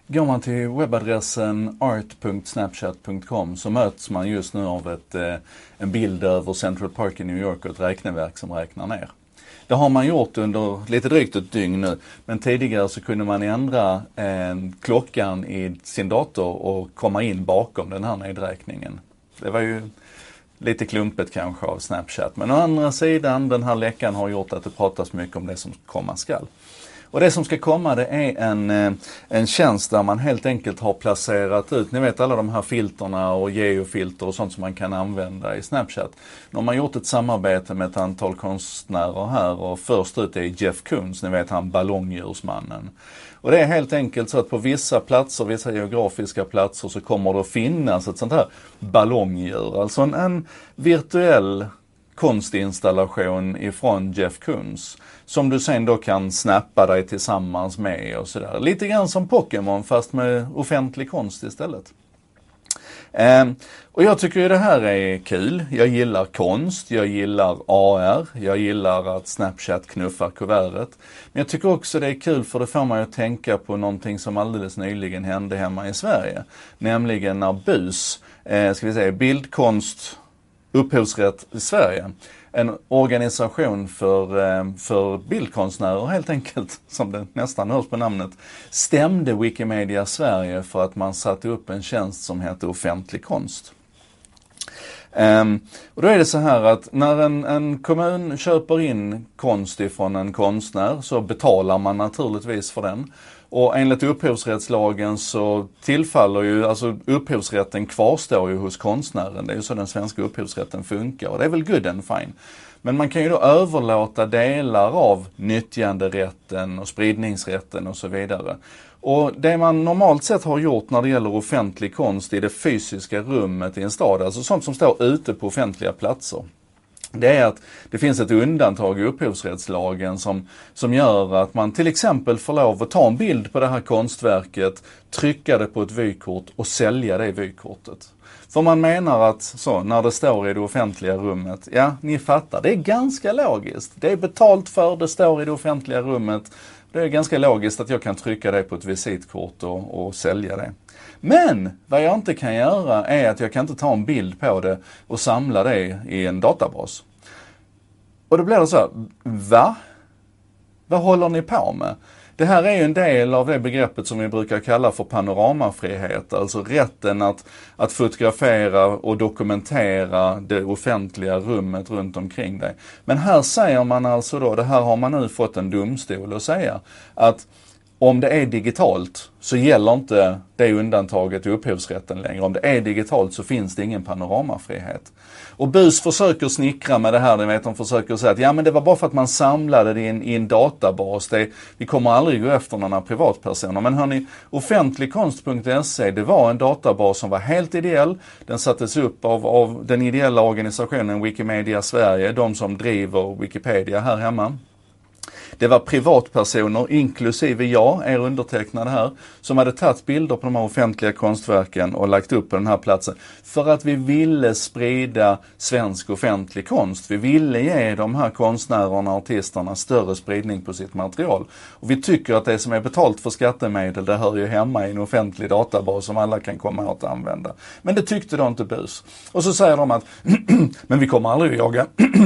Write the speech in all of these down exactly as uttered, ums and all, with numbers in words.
Går man till webbadressen art punkt snapchat punkt com så möts man just nu av ett, eh, en bild över Central Park i New York och ett räkneverk som räknar ner. Det har man gjort under lite drygt ett dygn nu, men tidigare så kunde man ändra eh, klockan i sin dator och komma in bakom den här nedräkningen. Det var ju lite klumpet kanske av Snapchat, men å andra sidan, den här läckan har gjort att det pratas mycket om det som komma skall. Och det som ska komma, det är en, en tjänst där man helt enkelt har placerat ut, ni vet alla de här filterna och geofilter och sånt som man kan använda i Snapchat. Nu har man gjort ett samarbete med ett antal konstnärer här, och först ut är Jeff Koons, ni vet han ballongdjursmannen. Och det är helt enkelt så att på vissa platser, vissa geografiska platser, så kommer det att finnas ett sånt här ballongdjur, alltså en, en virtuell konstinstallation ifrån Jeff Koons som du sen då kan snappa dig tillsammans med och sådär. Lite grann som Pokémon fast med offentlig konst istället. Eh, och jag tycker ju det här är kul. Jag gillar konst, jag gillar A R, jag gillar att Snapchat knuffar kuvertet. Men jag tycker också det är kul, för det får man ju att tänka på någonting som alldeles nyligen hände hemma i Sverige. Nämligen när B U S, eh, ska vi säga bildkonst, upphovsrätt i Sverige, en organisation för, för bildkonstnärer helt enkelt, som det nästan hörs på namnet, stämde Wikimedia Sverige för att man satte upp en tjänst som heter offentlig konst. Um, och då är det så här att när en, en kommun köper in konst ifrån en konstnär så betalar man naturligtvis för den. Och enligt upphovsrättslagen så tillfaller ju, alltså upphovsrätten kvarstår ju hos konstnären. Det är ju så den svenska upphovsrätten funkar, och det är väl good and fine. Men man kan ju då överlåta delar av nyttjanderätten och spridningsrätten och så vidare. Och det man normalt sett har gjort när det gäller offentlig konst i det fysiska rummet i en stad, alltså sånt som står ute på offentliga platser, det är att det finns ett undantag i upphovsrättslagen som, som gör att man till exempel får lov att ta en bild på det här konstverket, trycka det på ett vykort och sälja det vykortet. För man menar att så, när det står i det offentliga rummet, ja, ni fattar, det är ganska logiskt. Det är betalt för, det står i det offentliga rummet. Det är ganska logiskt att jag kan trycka det på ett visitkort och, och sälja det. Men vad jag inte kan göra är att jag kan inte ta en bild på det och samla det i en databas. Och då blir det så här, va? Vad håller ni på med? Det här är ju en del av det begreppet som vi brukar kalla för panoramafrihet, alltså rätten att, att fotografera och dokumentera det offentliga rummet runt omkring dig. Men här säger man alltså då, det här har man nu fått en domstol att säga, att om det är digitalt så gäller inte det undantaget i upphovsrätten längre. Om det är digitalt så finns det ingen panoramafrihet. Och B U S försöker snickra med det här, vet de försöker säga att ja, men det var bara för att man samlade det i en, i en databas. Det, vi kommer aldrig gå efter några privatpersoner. Men hörni, offentligkonst punkt se, det var en databas som var helt ideell. Den sattes upp av, av den ideella organisationen Wikimedia Sverige, de som driver Wikipedia här hemma. Det var privatpersoner, inklusive jag, är undertecknad här, som hade tagit bilder på de här offentliga konstverken och lagt upp på den här platsen. För att vi ville sprida svensk offentlig konst. Vi ville ge de här konstnärerna och artisterna större spridning på sitt material. Och vi tycker att det som är betalt för skattemedel, det hör ju hemma i en offentlig databas som alla kan komma åt att använda. Men det tyckte då inte B U S. Och så säger de att, men vi kommer aldrig att jaga...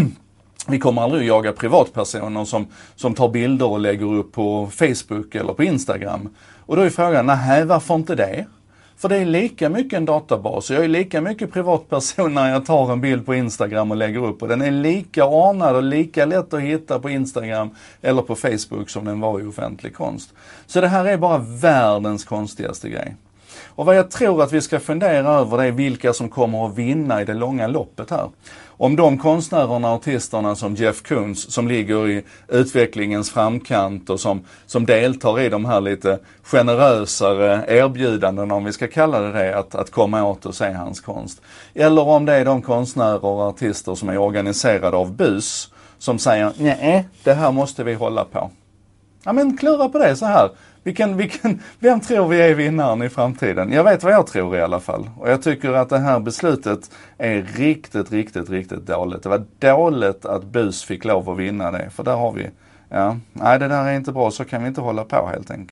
Vi kommer aldrig att jaga privatpersoner som, som tar bilder och lägger upp på Facebook eller på Instagram. Och då är frågan, nej, varför inte det? För det är lika mycket en databas. Jag är lika mycket privatperson när jag tar en bild på Instagram och lägger upp. Och den är lika ordnad och lika lätt att hitta på Instagram eller på Facebook som den var i offentlig konst. Så det här är bara världens konstigaste grej. Och vad jag tror att vi ska fundera över, det är vilka som kommer att vinna i det långa loppet här. Om de konstnärerna och artisterna som Jeff Koons, som ligger i utvecklingens framkant och som, som deltar i de här lite generösare erbjudanden, om vi ska kalla det det, att, att komma åt och se hans konst. Eller om det är de konstnärer och artister som är organiserade av B U S som säger, nej, det här måste vi hålla på. Ja, men klura på det så här. Vi kan, vi kan, vem tror vi är vinnaren i framtiden? Jag vet vad jag tror i alla fall. Och jag tycker att det här beslutet är riktigt, riktigt, riktigt dåligt. Det var dåligt att B U S fick lov att vinna det. För där har vi, ja, nej, det där är inte bra, så kan vi inte hålla på helt enkelt.